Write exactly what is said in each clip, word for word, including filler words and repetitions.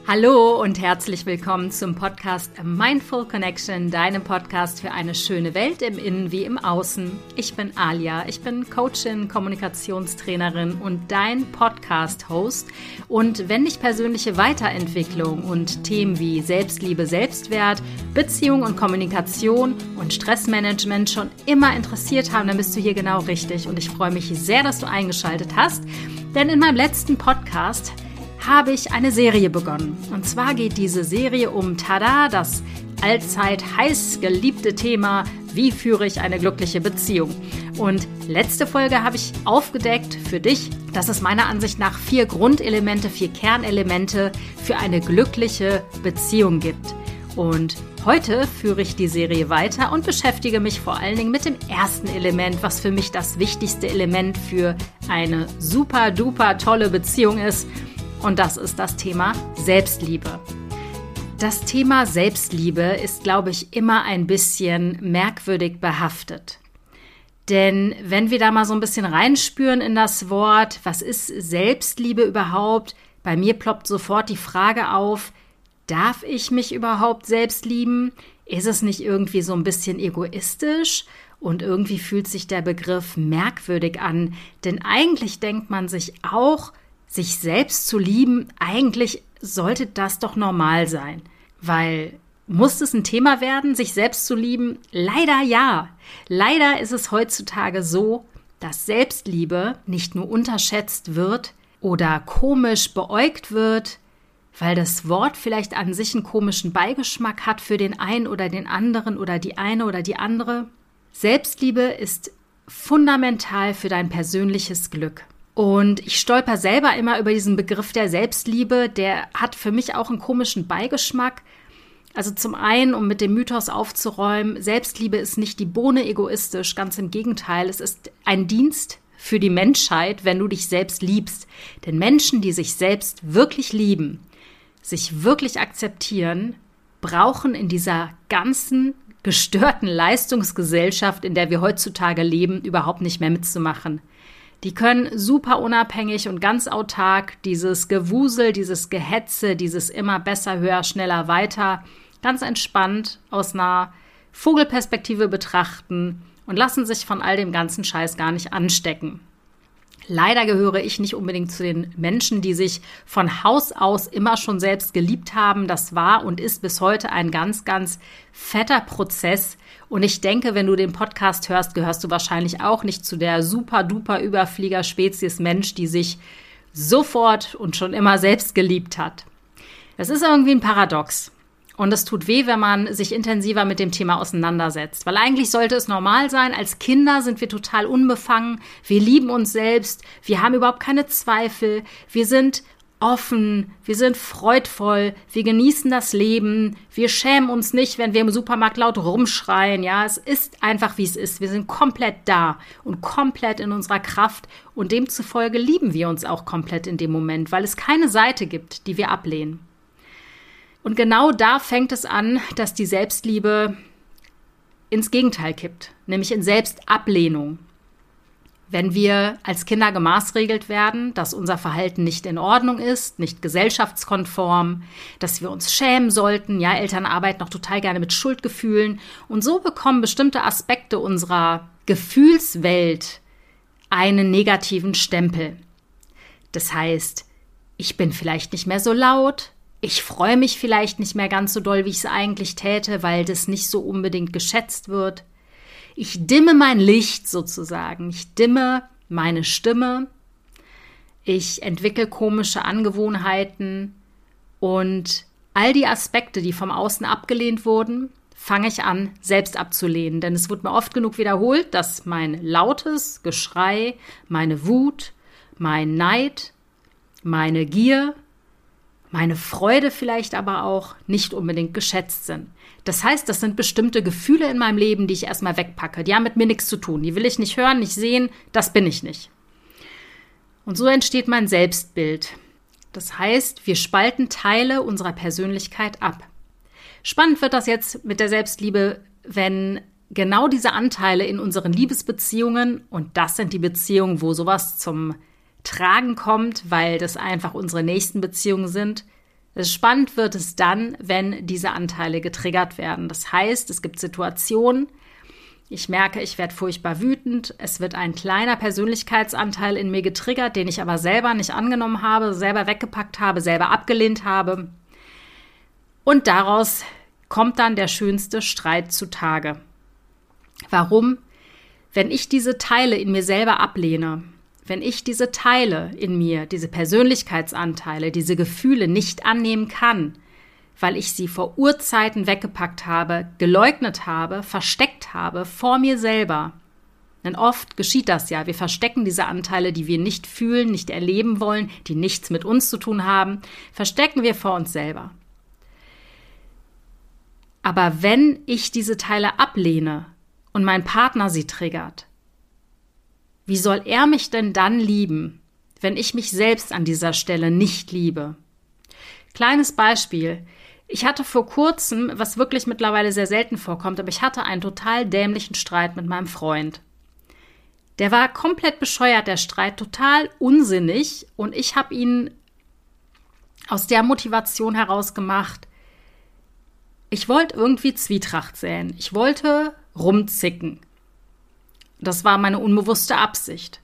Hallo und herzlich willkommen zum Podcast A Mindful Connection, deinem Podcast für eine schöne Welt im Innen wie im Außen. Ich bin Alia, ich bin Coachin, Kommunikationstrainerin und dein Podcast-Host. Und wenn dich persönliche Weiterentwicklung und Themen wie Selbstliebe, Selbstwert, Beziehung und Kommunikation und Stressmanagement schon immer interessiert haben, dann bist du hier genau richtig. Und ich freue mich sehr, dass du eingeschaltet hast, denn in meinem letzten Podcast habe ich eine Serie begonnen. Und zwar geht diese Serie um Tada, das allzeit heiß geliebte Thema, wie führe ich eine glückliche Beziehung? Und letzte Folge habe ich aufgedeckt für dich, dass es meiner Ansicht nach vier Grundelemente, vier Kernelemente für eine glückliche Beziehung gibt. Und heute führe ich die Serie weiter und beschäftige mich vor allen Dingen mit dem ersten Element, was für mich das wichtigste Element für eine super duper tolle Beziehung ist. Und das ist das Thema Selbstliebe. Das Thema Selbstliebe ist, glaube ich, immer ein bisschen merkwürdig behaftet. Denn wenn wir da mal so ein bisschen reinspüren in das Wort, was ist Selbstliebe überhaupt? Bei mir ploppt sofort die Frage auf, darf ich mich überhaupt selbst lieben? Ist es nicht irgendwie so ein bisschen egoistisch? Und irgendwie fühlt sich der Begriff merkwürdig an. Denn eigentlich denkt man sich auch, sich selbst zu lieben, eigentlich sollte das doch normal sein. Weil, muss es ein Thema werden, sich selbst zu lieben? Leider ja. Leider ist es heutzutage so, dass Selbstliebe nicht nur unterschätzt wird oder komisch beäugt wird, weil das Wort vielleicht an sich einen komischen Beigeschmack hat für den einen oder den anderen oder die eine oder die andere. Selbstliebe ist fundamental für dein persönliches Glück. Und ich stolper selber immer über diesen Begriff der Selbstliebe, der hat für mich auch einen komischen Beigeschmack. Also zum einen, um mit dem Mythos aufzuräumen, Selbstliebe ist nicht die Bohne egoistisch, ganz im Gegenteil, es ist ein Dienst für die Menschheit, wenn du dich selbst liebst. Denn Menschen, die sich selbst wirklich lieben, sich wirklich akzeptieren, brauchen in dieser ganzen gestörten Leistungsgesellschaft, in der wir heutzutage leben, überhaupt nicht mehr mitzumachen. Die können super unabhängig und ganz autark dieses Gewusel, dieses Gehetze, dieses immer besser, höher, schneller, weiter, ganz entspannt aus einer Vogelperspektive betrachten und lassen sich von all dem ganzen Scheiß gar nicht anstecken. Leider gehöre ich nicht unbedingt zu den Menschen, die sich von Haus aus immer schon selbst geliebt haben. Das war und ist bis heute ein ganz, ganz fetter Prozess. Und ich denke, wenn du den Podcast hörst, gehörst du wahrscheinlich auch nicht zu der super-duper Überflieger-Spezies Mensch, die sich sofort und schon immer selbst geliebt hat. Das ist irgendwie ein Paradox. Und es tut weh, wenn man sich intensiver mit dem Thema auseinandersetzt. Weil eigentlich sollte es normal sein, als Kinder sind wir total unbefangen, wir lieben uns selbst, wir haben überhaupt keine Zweifel, wir sind offen, wir sind freudvoll, wir genießen das Leben, wir schämen uns nicht, wenn wir im Supermarkt laut rumschreien. Ja, es ist einfach, wie es ist. Wir sind komplett da und komplett in unserer Kraft und demzufolge lieben wir uns auch komplett in dem Moment, weil es keine Seite gibt, die wir ablehnen. Und genau da fängt es an, dass die Selbstliebe ins Gegenteil kippt, nämlich in Selbstablehnung. Wenn wir als Kinder gemaßregelt werden, dass unser Verhalten nicht in Ordnung ist, nicht gesellschaftskonform, dass wir uns schämen sollten, ja, Eltern arbeiten noch total gerne mit Schuldgefühlen und so bekommen bestimmte Aspekte unserer Gefühlswelt einen negativen Stempel. Das heißt, ich bin vielleicht nicht mehr so laut, ich freue mich vielleicht nicht mehr ganz so doll, wie ich es eigentlich täte, weil das nicht so unbedingt geschätzt wird. Ich dimme mein Licht sozusagen. Ich dimme meine Stimme. Ich entwickle komische Angewohnheiten. Und all die Aspekte, die vom Außen abgelehnt wurden, fange ich an, selbst abzulehnen. Denn es wird mir oft genug wiederholt, dass mein lautes Geschrei, meine Wut, mein Neid, meine Gier, meine Freude vielleicht aber auch nicht unbedingt geschätzt sind. Das heißt, das sind bestimmte Gefühle in meinem Leben, die ich erstmal wegpacke. Die haben mit mir nichts zu tun. Die will ich nicht hören, nicht sehen. Das bin ich nicht. Und so entsteht mein Selbstbild. Das heißt, wir spalten Teile unserer Persönlichkeit ab. Spannend wird das jetzt mit der Selbstliebe, wenn genau diese Anteile in unseren Liebesbeziehungen, und das sind die Beziehungen, wo sowas zum Tragen kommt, weil das einfach unsere nächsten Beziehungen sind, Spannend wird es dann, wenn diese Anteile getriggert werden. Das heißt, es gibt Situationen, ich merke, ich werde furchtbar wütend, es wird ein kleiner Persönlichkeitsanteil in mir getriggert, den ich aber selber nicht angenommen habe, selber weggepackt habe, selber abgelehnt habe. Und daraus kommt dann der schönste Streit zutage. Warum? Wenn ich diese Teile in mir selber ablehne, wenn ich diese Teile in mir, diese Persönlichkeitsanteile, diese Gefühle nicht annehmen kann, weil ich sie vor Urzeiten weggepackt habe, geleugnet habe, versteckt habe vor mir selber. Denn oft geschieht das ja. Wir verstecken diese Anteile, die wir nicht fühlen, nicht erleben wollen, die nichts mit uns zu tun haben, verstecken wir vor uns selber. Aber wenn ich diese Teile ablehne und mein Partner sie triggert, wie soll er mich denn dann lieben, wenn ich mich selbst an dieser Stelle nicht liebe? Kleines Beispiel. Ich hatte vor kurzem, was wirklich mittlerweile sehr selten vorkommt, aber ich hatte einen total dämlichen Streit mit meinem Freund. Der war komplett bescheuert, der Streit, total unsinnig. Und ich habe ihn aus der Motivation heraus gemacht, ich wollte irgendwie Zwietracht säen. Ich wollte rumzicken. Das war meine unbewusste Absicht.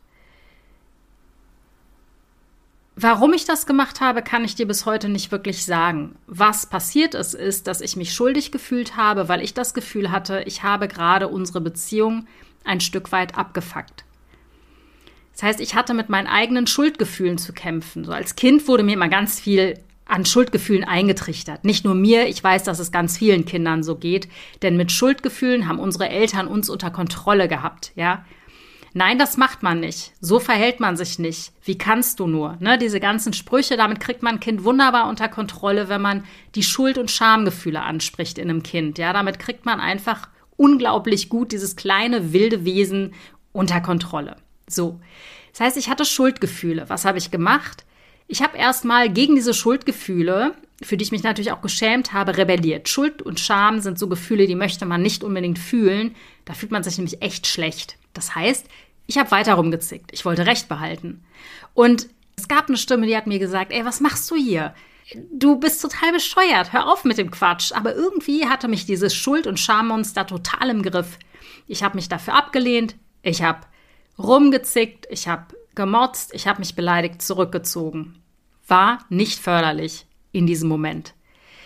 Warum ich das gemacht habe, kann ich dir bis heute nicht wirklich sagen. Was passiert ist, ist, dass ich mich schuldig gefühlt habe, weil ich das Gefühl hatte, ich habe gerade unsere Beziehung ein Stück weit abgefuckt. Das heißt, ich hatte mit meinen eigenen Schuldgefühlen zu kämpfen. So als Kind wurde mir immer ganz viel an Schuldgefühlen eingetrichtert. Nicht nur mir, ich weiß, dass es ganz vielen Kindern so geht, denn mit Schuldgefühlen haben unsere Eltern uns unter Kontrolle gehabt, ja. Nein, das macht man nicht. So verhält man sich nicht. Wie kannst du nur? Ne, diese ganzen Sprüche, damit kriegt man ein Kind wunderbar unter Kontrolle, wenn man die Schuld- und Schamgefühle anspricht in einem Kind. Ja, damit kriegt man einfach unglaublich gut dieses kleine, wilde Wesen unter Kontrolle. So. Das heißt, ich hatte Schuldgefühle. Was habe ich gemacht? Ich habe erstmal gegen diese Schuldgefühle, für die ich mich natürlich auch geschämt habe, rebelliert. Schuld und Scham sind so Gefühle, die möchte man nicht unbedingt fühlen. Da fühlt man sich nämlich echt schlecht. Das heißt, ich habe weiter rumgezickt. Ich wollte Recht behalten. Und es gab eine Stimme, die hat mir gesagt, ey, was machst du hier? Du bist total bescheuert. Hör auf mit dem Quatsch. Aber irgendwie hatte mich dieses Schuld- und Schammonster total im Griff. Ich habe mich dafür abgelehnt. Ich habe rumgezickt. Ich habe gemotzt, ich habe mich beleidigt, zurückgezogen. War nicht förderlich in diesem Moment.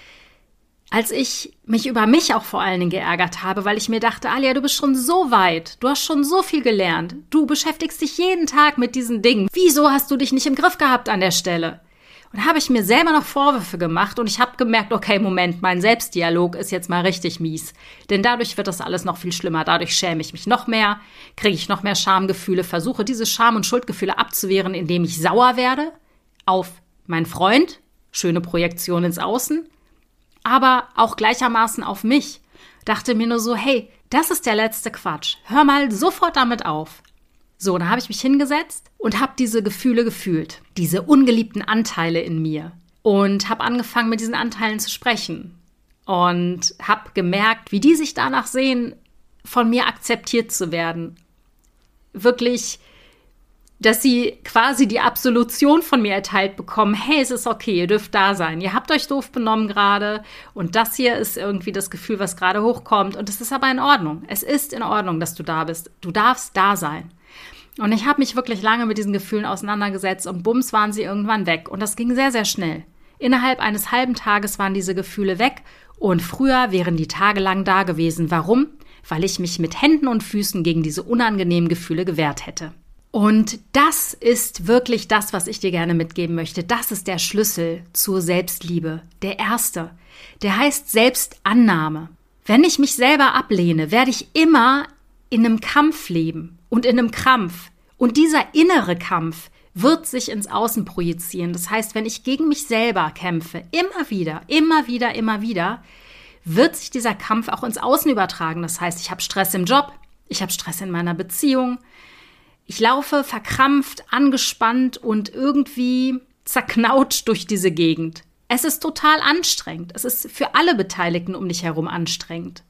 Als ich mich über mich auch vor allen Dingen geärgert habe, weil ich mir dachte, Alia, du bist schon so weit, du hast schon so viel gelernt, du beschäftigst dich jeden Tag mit diesen Dingen. Wieso hast du dich nicht im Griff gehabt an der Stelle? Und da habe ich mir selber noch Vorwürfe gemacht und ich habe gemerkt, okay, Moment, mein Selbstdialog ist jetzt mal richtig mies. Denn dadurch wird das alles noch viel schlimmer. Dadurch schäme ich mich noch mehr, kriege ich noch mehr Schamgefühle, versuche diese Scham- und Schuldgefühle abzuwehren, indem ich sauer werde auf meinen Freund, schöne Projektion ins Außen, aber auch gleichermaßen auf mich. Dachte mir nur so, hey, das ist der letzte Quatsch. Hör mal sofort damit auf. So, dann habe ich mich hingesetzt und habe diese Gefühle gefühlt, diese ungeliebten Anteile in mir und habe angefangen, mit diesen Anteilen zu sprechen und habe gemerkt, wie die sich danach sehen, von mir akzeptiert zu werden. Wirklich, dass sie quasi die Absolution von mir erteilt bekommen, hey, es ist okay, ihr dürft da sein, ihr habt euch doof benommen gerade und das hier ist irgendwie das Gefühl, was gerade hochkommt und es ist aber in Ordnung. Es ist in Ordnung, dass du da bist. Du darfst da sein. Und ich habe mich wirklich lange mit diesen Gefühlen auseinandergesetzt und bums waren sie irgendwann weg. Und das ging sehr, sehr schnell. Innerhalb eines halben Tages waren diese Gefühle weg und früher wären die tagelang da gewesen. Warum? Weil ich mich mit Händen und Füßen gegen diese unangenehmen Gefühle gewehrt hätte. Und das ist wirklich das, was ich dir gerne mitgeben möchte. Das ist der Schlüssel zur Selbstliebe. Der erste. Der heißt Selbstannahme. Wenn ich mich selber ablehne, werde ich immer in einem Kampf leben und in einem Krampf. Und dieser innere Kampf wird sich ins Außen projizieren. Das heißt, wenn ich gegen mich selber kämpfe, immer wieder, immer wieder, immer wieder, wird sich dieser Kampf auch ins Außen übertragen. Das heißt, ich habe Stress im Job, ich habe Stress in meiner Beziehung, ich laufe verkrampft, angespannt und irgendwie zerknautscht durch diese Gegend. Es ist total anstrengend. Es ist für alle Beteiligten um dich herum anstrengend.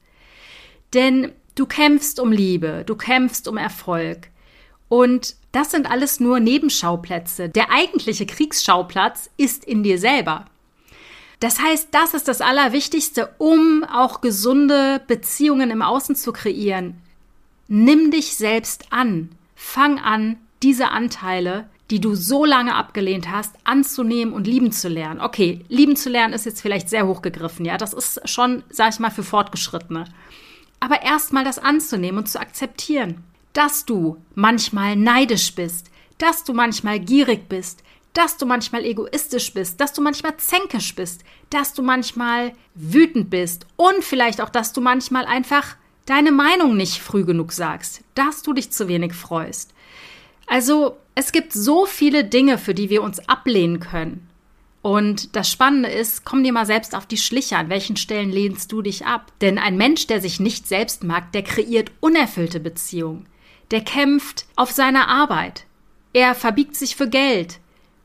Denn du kämpfst um Liebe, du kämpfst um Erfolg. Und das sind alles nur Nebenschauplätze. Der eigentliche Kriegsschauplatz ist in dir selber. Das heißt, das ist das Allerwichtigste, um auch gesunde Beziehungen im Außen zu kreieren. Nimm dich selbst an. Fang an, diese Anteile, die du so lange abgelehnt hast, anzunehmen und lieben zu lernen. Okay, lieben zu lernen ist jetzt vielleicht sehr hochgegriffen, ja, das ist schon, sag ich mal, für Fortgeschrittene. Aber erstmal das anzunehmen und zu akzeptieren, dass du manchmal neidisch bist, dass du manchmal gierig bist, dass du manchmal egoistisch bist, dass du manchmal zänkisch bist, dass du manchmal wütend bist und vielleicht auch, dass du manchmal einfach deine Meinung nicht früh genug sagst, dass du dich zu wenig freust. Also es gibt so viele Dinge, für die wir uns ablehnen können. Und das Spannende ist, komm dir mal selbst auf die Schliche, an welchen Stellen lehnst du dich ab? Denn ein Mensch, der sich nicht selbst mag, der kreiert unerfüllte Beziehungen. Der kämpft auf seiner Arbeit. Er verbiegt sich für Geld.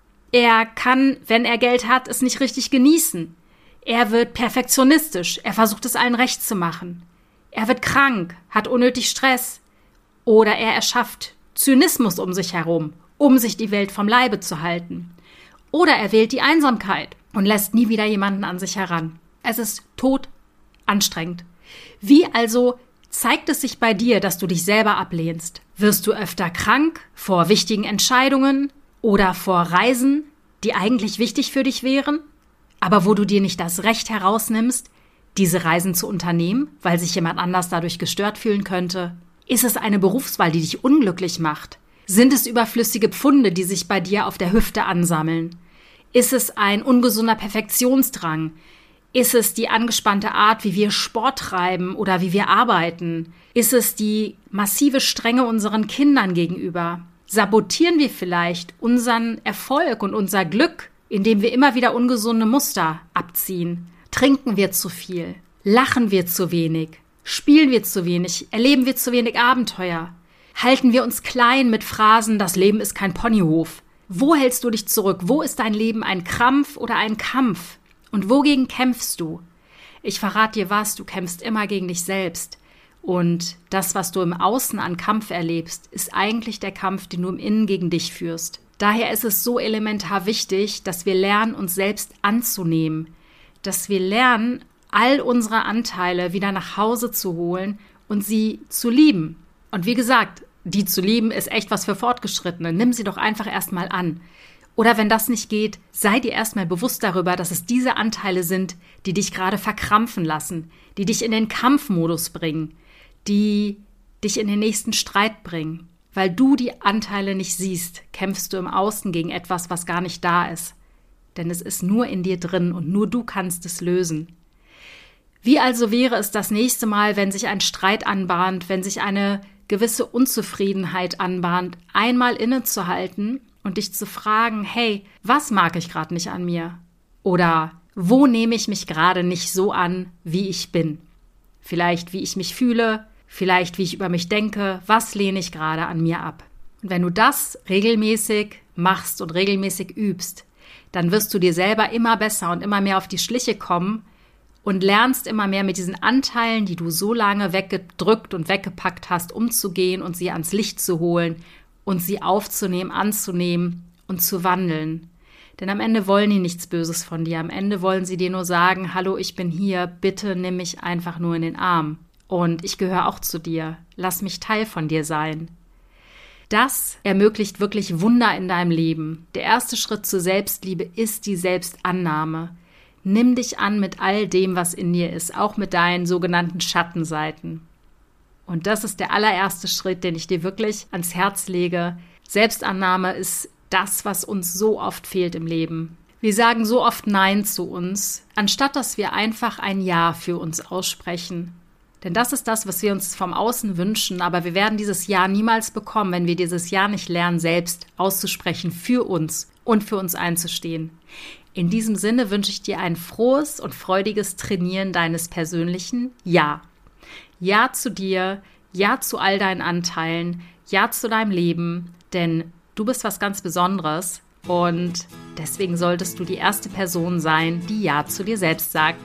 Er kann, wenn er Geld hat, es nicht richtig genießen. Er wird perfektionistisch. Er versucht es allen recht zu machen. Er wird krank, hat unnötig Stress. Oder er erschafft Zynismus um sich herum, um sich die Welt vom Leibe zu halten. Oder er wählt die Einsamkeit und lässt nie wieder jemanden an sich heran. Es ist tot anstrengend. Wie also zeigt es sich bei dir, dass du dich selber ablehnst? Wirst du öfter krank vor wichtigen Entscheidungen oder vor Reisen, die eigentlich wichtig für dich wären, aber wo du dir nicht das Recht herausnimmst, diese Reisen zu unternehmen, weil sich jemand anders dadurch gestört fühlen könnte? Ist es eine Berufswahl, die dich unglücklich macht? Sind es überflüssige Pfunde, die sich bei dir auf der Hüfte ansammeln? Ist es ein ungesunder Perfektionsdrang? Ist es die angespannte Art, wie wir Sport treiben oder wie wir arbeiten? Ist es die massive Strenge unseren Kindern gegenüber? Sabotieren wir vielleicht unseren Erfolg und unser Glück, indem wir immer wieder ungesunde Muster abziehen? Trinken wir zu viel? Lachen wir zu wenig? Spielen wir zu wenig? Erleben wir zu wenig Abenteuer? Halten wir uns klein mit Phrasen, das Leben ist kein Ponyhof? Wo hältst du dich zurück? Wo ist dein Leben ein Krampf oder ein Kampf? Und wogegen kämpfst du? Ich verrate dir was, du kämpfst immer gegen dich selbst. Und das, was du im Außen an Kampf erlebst, ist eigentlich der Kampf, den du im Innen gegen dich führst. Daher ist es so elementar wichtig, dass wir lernen, uns selbst anzunehmen. Dass wir lernen, all unsere Anteile wieder nach Hause zu holen und sie zu lieben. Und wie gesagt, die zu lieben ist echt was für Fortgeschrittene. Nimm sie doch einfach erstmal an. Oder wenn das nicht geht, sei dir erstmal bewusst darüber, dass es diese Anteile sind, die dich gerade verkrampfen lassen, die dich in den Kampfmodus bringen, die dich in den nächsten Streit bringen. Weil du die Anteile nicht siehst, kämpfst du im Außen gegen etwas, was gar nicht da ist. Denn es ist nur in dir drin und nur du kannst es lösen. Wie also wäre es das nächste Mal, wenn sich ein Streit anbahnt, wenn sich eine gewisse Unzufriedenheit anbahnt, einmal innezuhalten und dich zu fragen, hey, was mag ich gerade nicht an mir? Oder wo nehme ich mich gerade nicht so an, wie ich bin? Vielleicht, wie ich mich fühle, vielleicht, wie ich über mich denke, was lehne ich gerade an mir ab? Und wenn du das regelmäßig machst und regelmäßig übst, dann wirst du dir selber immer besser und immer mehr auf die Schliche kommen und lernst immer mehr mit diesen Anteilen, die du so lange weggedrückt und weggepackt hast, umzugehen und sie ans Licht zu holen und sie aufzunehmen, anzunehmen und zu wandeln. Denn am Ende wollen die nichts Böses von dir. Am Ende wollen sie dir nur sagen, hallo, ich bin hier, bitte nimm mich einfach nur in den Arm. Und ich gehöre auch zu dir. Lass mich Teil von dir sein. Das ermöglicht wirklich Wunder in deinem Leben. Der erste Schritt zur Selbstliebe ist die Selbstannahme. Nimm dich an mit all dem, was in dir ist, auch mit deinen sogenannten Schattenseiten. Und das ist der allererste Schritt, den ich dir wirklich ans Herz lege. Selbstannahme ist das, was uns so oft fehlt im Leben. Wir sagen so oft Nein zu uns, anstatt dass wir einfach ein Ja für uns aussprechen. Denn das ist das, was wir uns vom Außen wünschen, aber wir werden dieses Ja niemals bekommen, wenn wir dieses Ja nicht lernen, selbst auszusprechen für uns und für uns einzustehen. In diesem Sinne wünsche ich dir ein frohes und freudiges Trainieren deines persönlichen Ja. Ja zu dir, Ja zu all deinen Anteilen, Ja zu deinem Leben, denn du bist was ganz Besonderes und deswegen solltest du die erste Person sein, die Ja zu dir selbst sagt.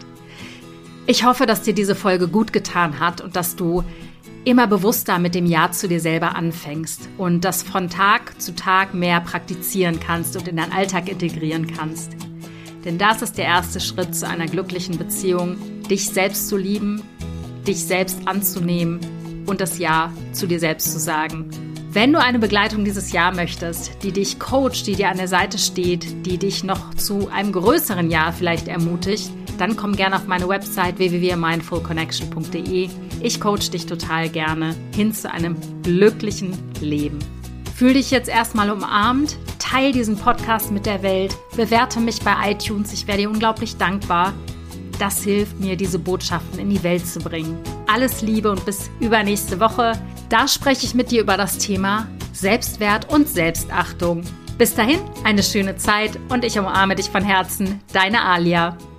Ich hoffe, dass dir diese Folge gut getan hat und dass du immer bewusster mit dem Ja zu dir selber anfängst und das von Tag zu Tag mehr praktizieren kannst und in deinen Alltag integrieren kannst. Denn das ist der erste Schritt zu einer glücklichen Beziehung, dich selbst zu lieben, dich selbst anzunehmen und das Ja zu dir selbst zu sagen. Wenn du eine Begleitung dieses Jahr möchtest, die dich coacht, die dir an der Seite steht, die dich noch zu einem größeren Ja vielleicht ermutigt, dann komm gerne auf meine Website w w w punkt mindful connection punkt d e. Ich coach dich total gerne hin zu einem glücklichen Leben. Fühl dich jetzt erstmal umarmt, teile diesen Podcast mit der Welt, bewerte mich bei iTunes, ich wäre dir unglaublich dankbar. Das hilft mir, diese Botschaften in die Welt zu bringen. Alles Liebe und bis übernächste Woche. Da spreche ich mit dir über das Thema Selbstwert und Selbstachtung. Bis dahin, eine schöne Zeit und ich umarme dich von Herzen. Deine Alia.